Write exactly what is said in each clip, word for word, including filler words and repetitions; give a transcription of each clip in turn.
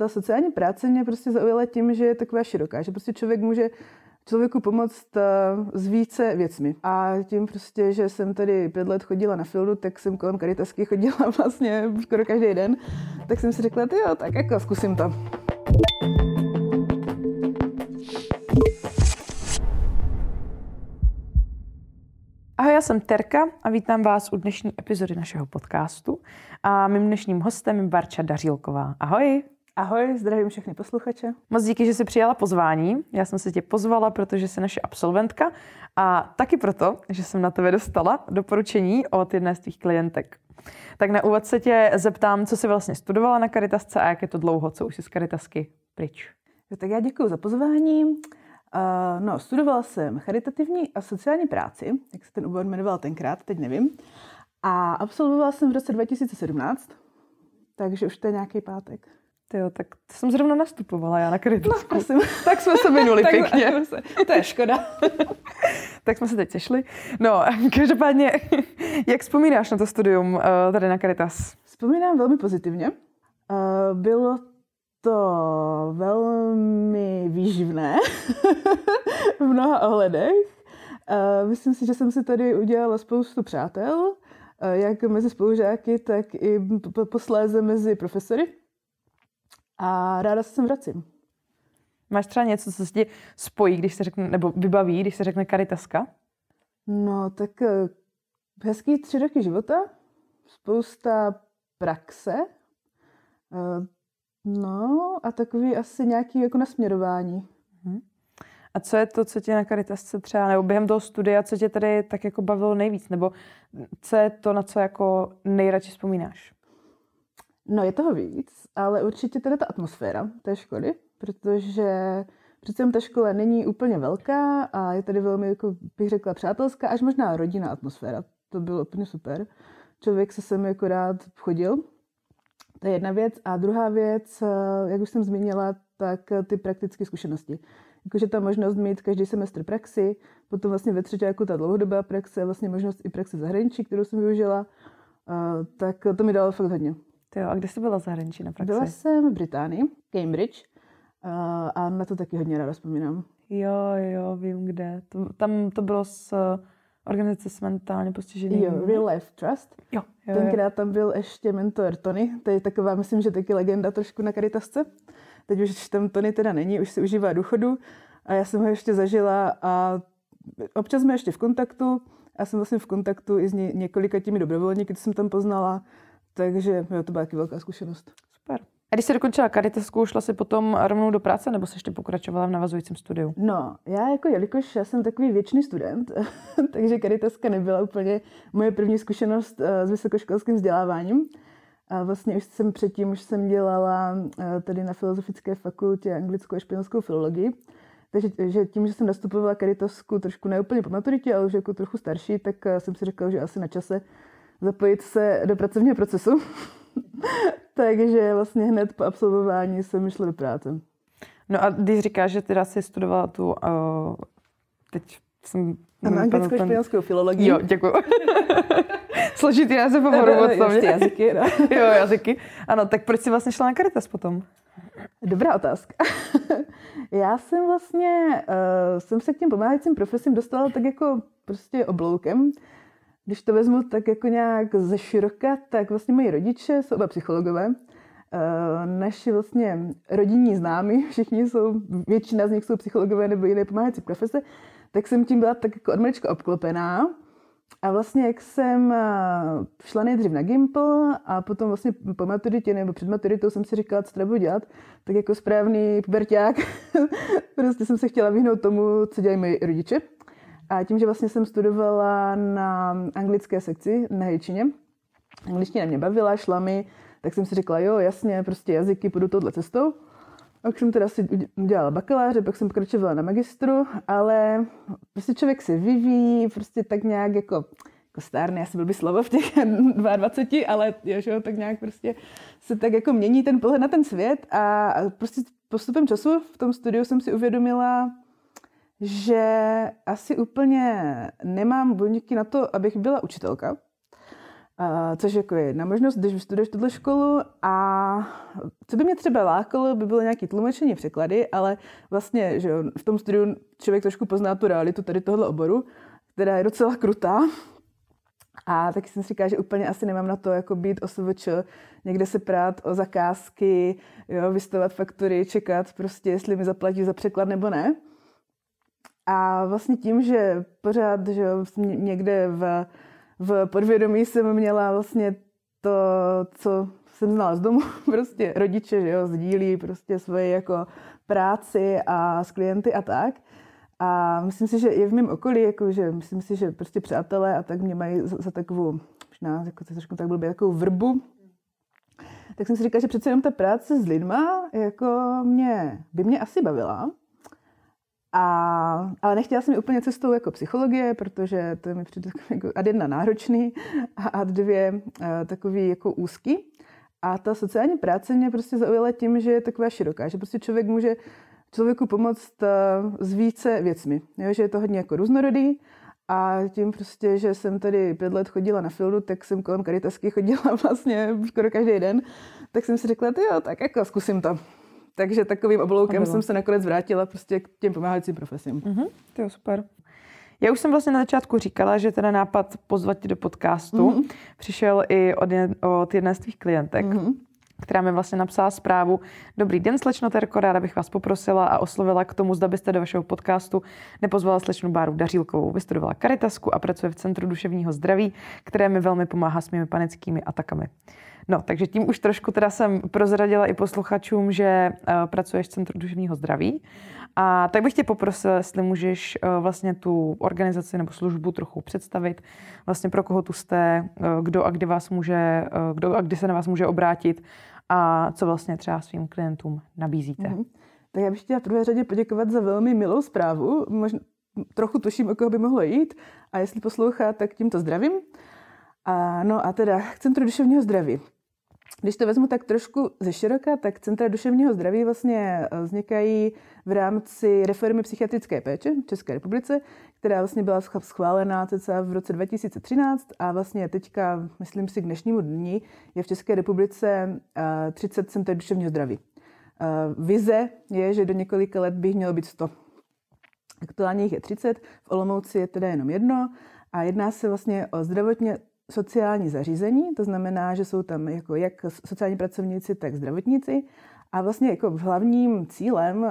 ta sociální práce mě prostě zaujala tím, že je taková široká, že prostě člověk může člověku pomoct s více věcmi. A tím prostě, že jsem tady pět let chodila na Fildu, tak jsem kolem Caritasky chodila vlastně skoro každý den, tak jsem si řekla, jo, tak jako zkusím to. Ahoj, já jsem Terka a vítám vás u dnešní epizody našeho podcastu. A mým dnešním hostem je Barča Dařílková. Ahoj. Ahoj, zdravím všechny posluchače. Moc díky, že jsi přijala pozvání. Já jsem se tě pozvala, protože jsi naše absolventka a taky proto, že jsem na tebe dostala doporučení od jedné z tvých klientek. Tak na úvod se tě zeptám, co jsi vlastně studovala na Caritasce a jak je to dlouho, co už jsi z Caritasky pryč. Jo, tak já děkuji za pozvání. Uh, no, studovala jsem charitativní a sociální práci, jak se ten obor jmenoval tenkrát, teď nevím. A absolvovala jsem v roce dva tisíce sedmnáct, takže už to je nějaký pátek. Tyjo, tak to jsem zrovna nastupovala já na Caritasku. No, prosím. Tak jsme se minuli pěkně. To je škoda. Tak jsme se teď těšili. No, každopádně, jak vzpomínáš na to studium uh, tady na Caritas? Vzpomínám velmi pozitivně. Uh, bylo to velmi výživné v mnoha ohledech. Uh, myslím si, že jsem si tady udělala spoustu přátel, uh, jak mezi spolužáky, tak i p- posléze mezi profesory. A ráda se sem vracím. Máš třeba něco, co se ti spojí, když se řekne, nebo vybaví, když se řekne Caritaska? No, tak uh, hezký tři roky života, spousta praxe, uh, no a takový asi nějaký jako nasměrování. Hmm. A co je to, co tě na Caritasce třeba, nebo během toho studia, co tě tady tak jako bavilo nejvíc, nebo co je to, na co jako nejradši vzpomínáš? No, je toho víc, ale určitě teda ta atmosféra té školy, protože přece ta škola není úplně velká a je tady velmi, jako bych řekla, přátelská, až možná rodinná atmosféra. To bylo úplně super. Člověk se sem jako rád chodil. To je jedna věc. A druhá věc, jak už jsem zmínila, tak ty praktické zkušenosti. Jakože ta možnost mít každý semestr praxi, potom vlastně ve třetíku ta dlouhodobá praxe, vlastně možnost i praxe v zahraničí, kterou jsem využila, tak to mi dalo fakt hodně. Tyjo, a kde jsi byla v zahraničí na praxi? Byla jsem v Británii, Cambridge, a na to taky hodně ráda vzpomínám. Jo, jo, vím kde. To, tam to bylo s organizace s mentálně postiženými. Jo, Real Life Trust. Jo, jo, Tenkrát jo. tam byl ještě mentor Tony, to je taková, myslím, že taky legenda trošku na Caritasce. Teď už tam Tony teda není, už si užívá důchodu a já jsem ho ještě zažila a občas jsme ještě v kontaktu. Já jsem vlastně v kontaktu i s ně, několika těmi dobrovolníky, co jsem tam poznala. Takže jo, to byla taky velká zkušenost. Super. A když jsi dokončila Caritasku, šla jsi potom rovnou do práce, nebo jsi ještě pokračovala v navazujícím studiu? No, já jako, jelikož já jsem takový věčný student, takže Caritaska nebyla úplně moje první zkušenost s vysokoškolským vzděláváním. A vlastně už jsem předtím, už jsem dělala tady na Filozofické fakultě anglickou a španělskou filologii. Takže že tím, že jsem nastupovala Caritasku trošku ne úplně po maturitě, ale už jako trochu starší, tak jsem si řekla, že asi na čase zapojit se do pracovního procesu. Takže vlastně hned po absolvování jsem šla do práce. No a když říkáš, že teda jsi studovala tu, uh, teď jsem... Ano, anglickou a španělskou filologii. Jo, děkuji. Složitý název pohovoru od toho. Jazyky, no. Jo, jazyky. Ano, tak proč jsi vlastně šla na Caritas potom? Dobrá otázka. Já jsem vlastně, uh, jsem se k těm pomáhajícím profesím dostala tak jako prostě obloukem. Když to vezmu tak jako nějak ze široka, tak vlastně moji rodiče jsou oba psychologové. Naši vlastně rodinní známí, všichni jsou, většina z nich jsou psychologové nebo jiné pomáhající profese, tak jsem tím byla tak jako od malička obklopená. A vlastně jak jsem šla nejdřív na Gimpl a potom vlastně po maturitě nebo před maturitou jsem si říkala, co teda budu dělat, tak jako správný puberťák prostě jsem se chtěla vyhnout tomu, co dělají moji rodiče. A tím, že vlastně jsem studovala na anglické sekci na hejčině, angličtina mě bavila, šla mi, tak jsem si řekla, jo, jasně, prostě jazyky, půjdu touhle cestou. Pak jsem teda si udělala bakaláře, pak jsem pokračovala na magistru, ale prostě člověk se vyvíjí, prostě tak nějak jako, jako stárne, asi blbý slovo v těch dvaceti dvou, ale jo, že, tak nějak prostě se tak jako mění ten pohled na ten svět a prostě postupem času v tom studiu jsem si uvědomila, že asi úplně nemám buňky na to, abych byla učitelka. Uh, což jako je jedna možnost, když vystuduješ tuhle školu. A co by mě třeba lákalo, by bylo nějaké tlumočení, překlady, ale vlastně, že jo, v tom studiu člověk trošku pozná tu realitu tady tohle oboru, která je docela krutá. A taky jsem si říkala, že úplně asi nemám na to jako být O S V Č, někde se prát o zakázky, jo, vystavovat faktury, čekat prostě, jestli mi zaplatí za překlad nebo ne. A vlastně tím, že pořád, že jo, někde v, v podvědomí jsem měla vlastně to, co jsem znala z domu, prostě rodiče, že jo, sdílí prostě svoje jako práci a s klienty a tak. A myslím si, že je v mém okolí, jako, že myslím si, že prostě přátelé a tak mě mají za, za takovou, možná jako to trošku tak blbě, takovou vrbu. Tak jsem si říkala, že přece jenom ta práce s lidma jako mě, by mě asi bavila. A, ale nechtěla jsem úplně cestou jako psychologie, protože to mi přijde jako ad jedna náročný a ad dvě takový jako úzký. A ta sociální práce mě prostě zaujala tím, že je taková široká, že prostě člověk může člověku pomoct s více věcmi. Jo, že je to hodně jako různorodý a tím prostě, že jsem tady pět let chodila na Fildu, tak jsem kolem Caritasky chodila vlastně skoro každý den, tak jsem si řekla, jo, tak jako zkusím to. Takže takovým obloukem jsem se nakonec vrátila prostě k těm pomáhajícím profesím. Mm-hmm, to je super. Já už jsem vlastně na začátku říkala, že ten nápad pozvat tě do podcastu mm-hmm. přišel i od, od jedné z tvých klientek, mm-hmm. která mi vlastně napsala zprávu. Dobrý den, slečno Terko, ráda bych vás poprosila a oslovila k tomu, zda byste do vašeho podcastu nepozvala slečnu Báru Dařílkovou. Vystudovala Caritasku a pracuje v Centru duševního zdraví, které mi velmi pomáhá s mými panickými atakami. No, takže tím už trošku teda jsem prozradila i posluchačům, že uh, pracuješ v Centru duševního zdraví. A tak bych tě poprosila, jestli můžeš uh, vlastně tu organizaci nebo službu trochu představit, vlastně pro koho tu jste, uh, kdo a kdy vás může, uh, kdo a kdy se na vás může obrátit a co vlastně třeba svým klientům nabízíte. Mm-hmm. Tak já bych chtěla v prvé řadě poděkovat za velmi milou zprávu. Možná trochu tuším, o koho by mohlo jít a jestli poslouchá, tak tímto zdravím. A, no a teda k Centru duševního zdraví. Když to vezmu tak trošku ze široka, tak Centra duševního zdraví vlastně vznikají v rámci reformy psychiatrické péče v České republice, která vlastně byla schválená cca v roce dva tisíce třináct a vlastně teďka, myslím si, k dnešnímu dni je v České republice třicet center duševního zdraví. Vize je, že do několika let bych mělo být sto. Aktuálně jich je třicet, v Olomouci je teda jenom jedno a jedná se vlastně o zdravotně sociální zařízení, to znamená, že jsou tam jako jak sociální pracovníci, tak zdravotníci. A vlastně jako hlavním cílem uh,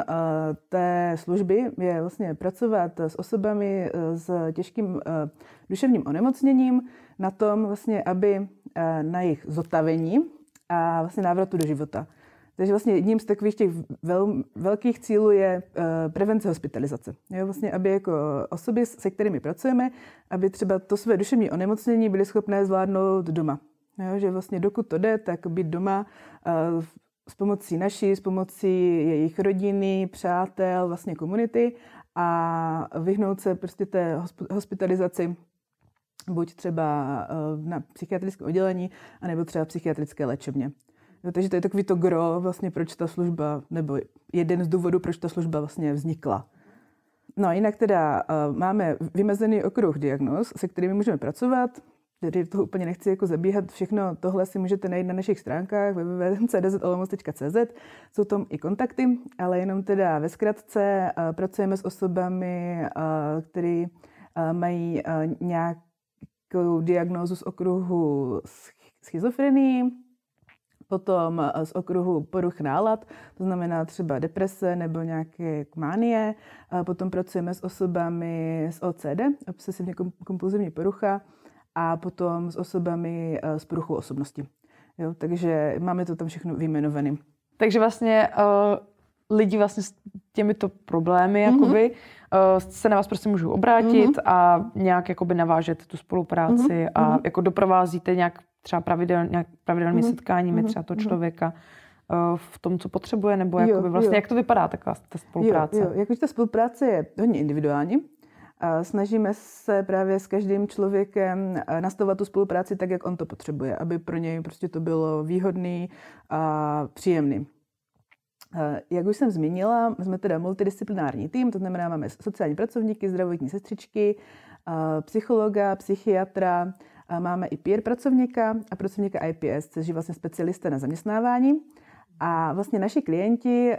té služby je vlastně pracovat s osobami s těžkým uh, duševním onemocněním na tom, vlastně, aby uh, na jejich zotavení a vlastně návratu do života. Takže vlastně jedním z takových těch vel, velkých cílů je uh, prevence hospitalizace. Jo, vlastně, aby jako osoby, se kterými pracujeme, aby třeba to své duševní onemocnění byly schopné zvládnout doma. Jo, že vlastně dokud to jde, tak být doma uh, s pomocí naší, s pomocí jejich rodiny, přátel, vlastně komunity a vyhnout se prostě té hospitalizaci buď třeba uh, na psychiatrickém oddělení, anebo třeba psychiatrické léčebně. No, takže to je takový to gro, vlastně proč ta služba, nebo jeden z důvodů, proč ta služba vlastně vznikla. No a jinak teda uh, máme vymezený okruh diagnóz, se kterými můžeme pracovat. Tady toho úplně nechci jako zabíhat. Všechno tohle si můžete najít na našich stránkách w w w tečka c d z olomouc tečka c z. Jsou tam i kontakty, ale jenom teda ve zkratce uh, pracujeme s osobami, uh, které uh, mají uh, nějakou diagnózu z okruhu schizofrenii, potom z okruhu poruch nálad, to znamená třeba deprese nebo nějaké mánie. Potom pracujeme s osobami s O C D, obsesivně kompulzivní porucha, a potom s osobami s poruchou osobnosti. Jo, takže máme to tam všechno vyjmenované. Takže vlastně uh, lidi vlastně s těmito problémy mm-hmm. jakoby, uh, se na vás prostě můžou obrátit mm-hmm. a nějak jakoby navážet tu spolupráci mm-hmm. a jako doprovázíte nějak třeba pravidel, nějak pravidelnými mm-hmm. setkáními třeba toho člověka uh, v tom, co potřebuje, nebo jakoby vlastně, jo. Jak to vypadá taková ta spolupráce? Jo, jo. Jakož ta spolupráce je hodně individuální. A snažíme se právě s každým člověkem nastavovat tu spolupráci tak, jak on to potřebuje, aby pro něj prostě to bylo výhodný a příjemný. Jak už jsem zmínila, jsme teda multidisciplinární tým, to znamená, máme sociální pracovníky, zdravotní sestřičky, psychologa, psychiatra, A máme i peer pracovníka a pracovníka I P S, což je vlastně specialista na zaměstnávání. A vlastně naši klienti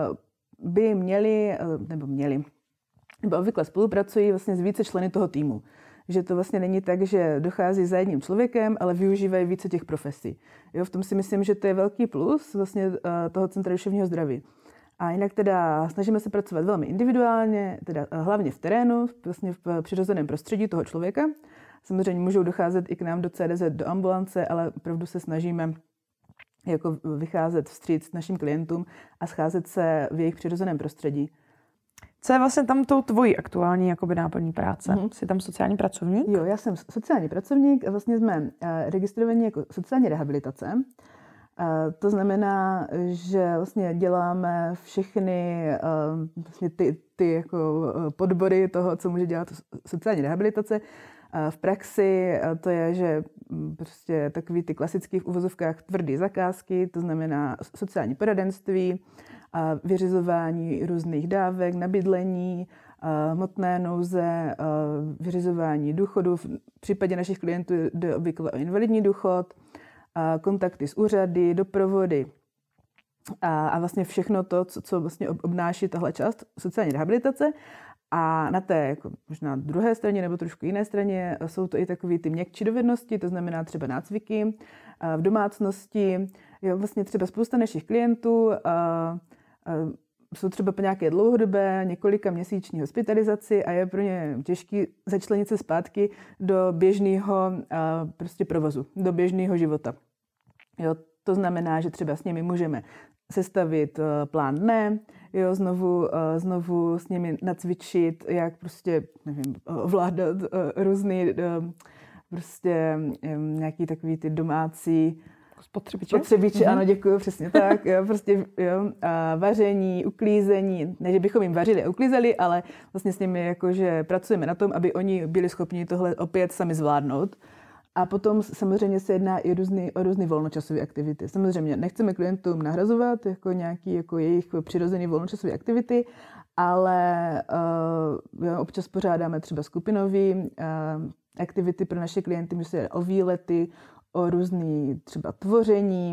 by měli, nebo měli, nebo obvykle spolupracují vlastně s více členy toho týmu. Že to vlastně není tak, že dochází za jedním člověkem, ale využívají více těch profesí. Jo, v tom si myslím, že to je velký plus vlastně toho Centra duševního zdraví. A jinak teda snažíme se pracovat velmi individuálně, teda hlavně v terénu, vlastně v přirozeném prostředí toho člověka. Samozřejmě můžou docházet i k nám do C D Z, do ambulance, ale opravdu se snažíme jako vycházet vstříc našim klientům a scházet se v jejich přirozeném prostředí. Co je vlastně tam tou tvojí aktuální jakoby náplní práce? Mm-hmm. Jsi tam sociální pracovník? Jo, já jsem sociální pracovník a vlastně jsme registrovaní jako sociální rehabilitace. To znamená, že vlastně děláme všechny vlastně ty, ty jako podbory toho, co může dělat sociální rehabilitace. V praxi to je, že prostě takový ty klasický v uvozovkách tvrdý zakázky, to znamená sociální poradenství, vyřizování různých dávek na bydlení, hmotné nouze, vyřizování důchodu. V případě našich klientů jde obvykle o invalidní důchod, kontakty s úřady, doprovody a, a vlastně všechno to, co, co vlastně obnáší tahle část sociální rehabilitace. A na té jako možná druhé straně nebo trošku jiné straně jsou to i takové ty měkčí dovednosti, to znamená třeba nácviky v domácnosti. Jo, vlastně třeba spousta našich klientů a, a jsou třeba po nějaké dlouhodobé, několika měsíční hospitalizaci a je pro ně těžké začlenit se zpátky do běžného prostě provozu, do běžného života. Jo, to znamená, že třeba s nimi můžeme sestavit plán dne, jo, znovu, znovu s nimi nacvičit, jak prostě, nevím, ovládat různý prostě nějaký takový ty domácí spotřebiče. Spotřebiče, mm-hmm. Ano, děkuji, přesně tak. Jo, prostě jo, a vaření, uklízení, ne, že bychom jim vařili a uklízeli, ale vlastně s nimi jakože pracujeme na tom, aby oni byli schopni tohle opět sami zvládnout. A potom samozřejmě se jedná i různý, o různé volnočasové aktivity. Samozřejmě nechceme klientům nahrazovat jako nějaký jako jejich přirozený volnočasové aktivity, ale uh, občas pořádáme třeba skupinové uh, aktivity pro naše klienty, myslím, o výlety, o různý třeba tvoření,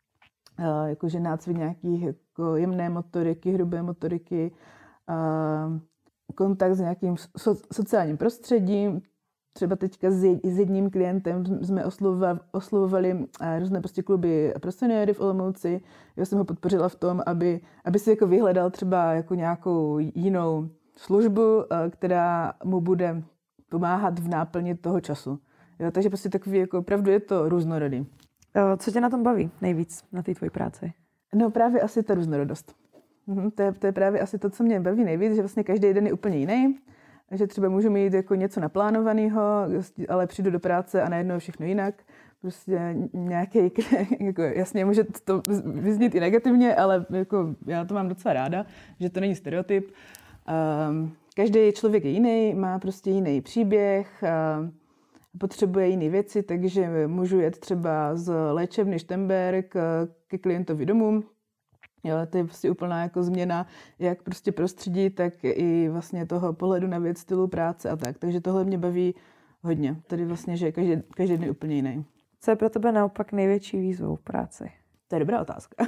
uh, jakože nácvik nějakých jako jemné motoriky, hrubé motoriky, uh, kontakt s nějakým so, sociálním prostředím. Třeba teďka s jedním klientem jsme oslovovali, oslovovali různé prostě kluby pro seniory v Olomouci. Já jsem ho podpořila v tom, aby, aby si jako vyhledal třeba jako nějakou jinou službu, která mu bude pomáhat v náplni toho času. Jo, takže prostě takový jako opravdu je to různorodý. Co tě na tom baví nejvíc, na té tvojí práci? No právě asi ta různorodost. Mhm, to, je, to je právě asi to, co mě baví nejvíc, že vlastně každý den je úplně jiný. Že třeba můžu mít jako něco naplánovaného, ale přijdu do práce a najednou všechno jinak. Prostě nějaký, jako jasně, může to vyznít i negativně, ale jako já to mám docela ráda, že to není stereotyp. Um, každý člověk je jiný, má prostě jiný příběh, um, potřebuje jiné věci, takže můžu jet třeba z léčebny Štemberk ke klientovi domů. Jo, to je prostě úplná jako změna, jak prostě prostředí, tak i vlastně toho pohledu na věc, stylu práce a tak. Takže tohle mě baví hodně. Tedy vlastně, že každý, každý den je úplně jiný. Co je pro tebe naopak největší výzvou v práci? To je dobrá otázka.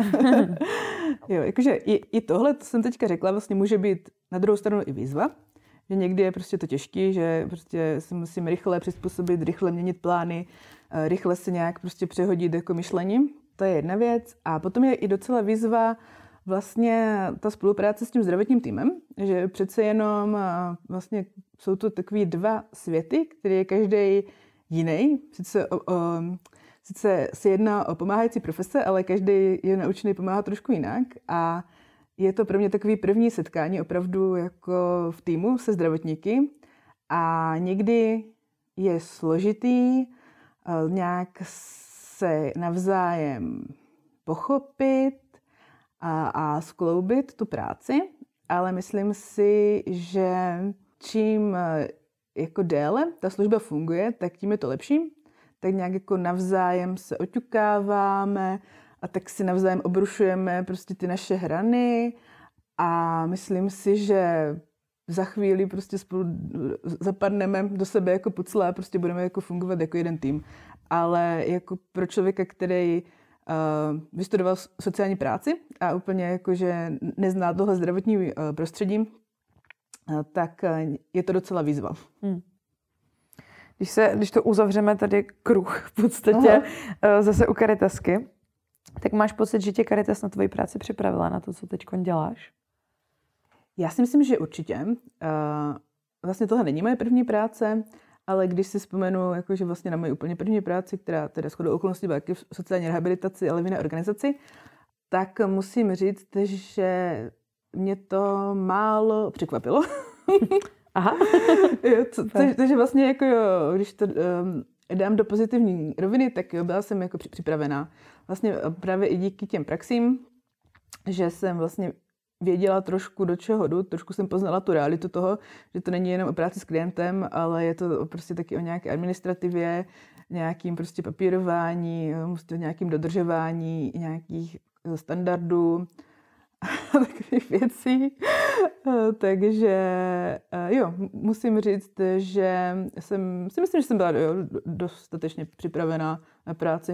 Jo, jakože i, i tohle, co jsem teďka řekla, vlastně může být na druhou stranu i výzva. Že někdy je prostě to těžký, že prostě si musím rychle přizpůsobit, rychle měnit plány, rychle se nějak prostě přehodit jako myšlení. To je jedna věc. A potom je i docela výzva vlastně ta spolupráce s tím zdravotním týmem, že přece jenom vlastně jsou to takový dva světy, který je každý jiný. Sice, o, o, sice se jedná o pomáhající profese, ale každý je naučený pomáhat trošku jinak. A je to pro mě takový první setkání opravdu jako v týmu se zdravotníky. A někdy je složitý nějak se navzájem pochopit a, a skloubit tu práci, ale myslím si, že čím jako déle ta služba funguje, tak tím je to lepší. Tak nějak jako navzájem se oťukáváme a tak si navzájem obrušujeme prostě ty naše hrany a myslím si, že za chvíli prostě spolu zapadneme do sebe jako pucle a prostě budeme jako fungovat jako jeden tým. Ale jako pro člověka, který uh, vystudoval sociální práci a úplně jakože nezná tohle zdravotní uh, prostředí, uh, tak uh, je to docela výzva. Hmm. Když, se, když to uzavřeme tady kruh v podstatě uh, zase u Caritasky, tak máš pocit, že tě Caritas na tvoji práci připravila na to, co teď děláš? Já si myslím, že určitě. Uh, vlastně tohle není moje první práce, ale když si vzpomenu, jakože vlastně na moji úplně první práci, která teda shodou okolností byla v sociální rehabilitaci, ale v jiné organizaci, tak musím říct, že mě to málo překvapilo. Aha. jo, to, to, takže vlastně jako jo, když to um, dám do pozitivní roviny, tak jo, byla jsem jako připravená. Vlastně právě i díky těm praxím, že jsem vlastně věděla trošku, do čeho jdu, trošku jsem poznala tu realitu toho, že to není jenom o práci s klientem, ale je to prostě taky o nějaké administrativě, nějakým prostě papírování, nějakým dodržování nějakých standardů a takových věcí. Takže jo, musím říct, že jsem si myslím, že jsem byla jo, dostatečně připravená na práci.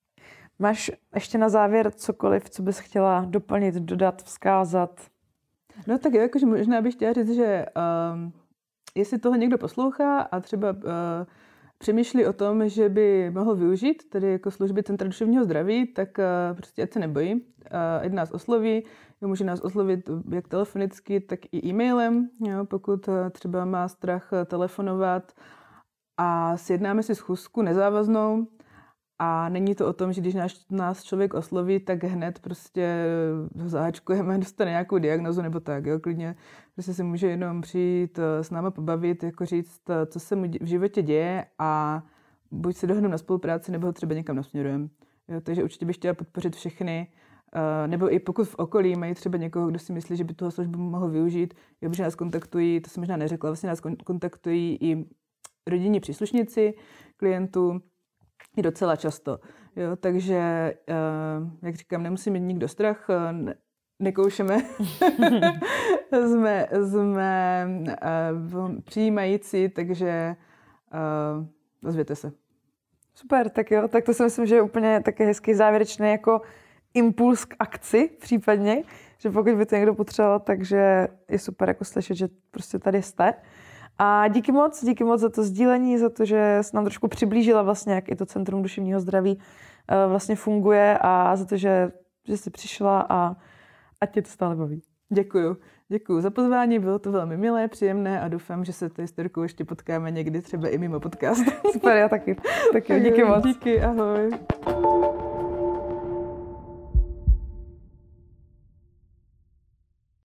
Máš ještě na závěr cokoliv, co bys chtěla doplnit, dodat, vzkázat? No tak jakože možná bych chtěla říct, že um, jestli toho někdo poslouchá a třeba uh, přemýšlí o tom, že by mohl využít tedy jako služby Centra duševního zdraví, tak uh, prostě ať se nebojí. Uh, ať nás osloví, může nás oslovit jak telefonicky, tak i e-mailem, jo, pokud uh, třeba má strach telefonovat a sjednáme si schůzku nezávaznou. A není to o tom, že když nás, nás člověk osloví, tak hned prostě zaháčkujeme, dostane nějakou diagnozu nebo tak. Jo? Klidně prostě si může jenom přijít s náma pobavit, jako říct, co se mu v životě děje a buď se dohodneme na spolupráci, nebo ho třeba někam nasměrujeme. Jo? Takže určitě bych chtěla podpořit všechny, nebo i pokud v okolí mají třeba někoho, kdo si myslí, že by toho službu mohl využít, jo, protože nás kontaktují, to jsem možná neřekla, vlastně nás kontaktují i rodinní příslušníci klientů, i docela často. Jo, takže, jak říkám, nemusí mít nikdo strach, ne, nekoušeme. jsme jsme uh, přijímající, takže uh, ozvěte se. Super, tak jo, tak to si myslím, že je úplně taky hezký závěrečný jako impuls k akci případně, že pokud by to někdo potřeboval, takže je super jako slyšet, že prostě tady jste. A díky moc, díky moc za to sdílení, za to, že jsi nám trošku přiblížila vlastně, jak i to Centrum duševního zdraví vlastně funguje a za to, že, že jsi přišla a ať tě to stále baví. Děkuju. Děkuju za pozvání, bylo to velmi milé, příjemné a doufám, že se s Terkou ještě potkáme někdy třeba i mimo podcast. Super, já taky. Tak jo, díky moc. Díky, ahoj.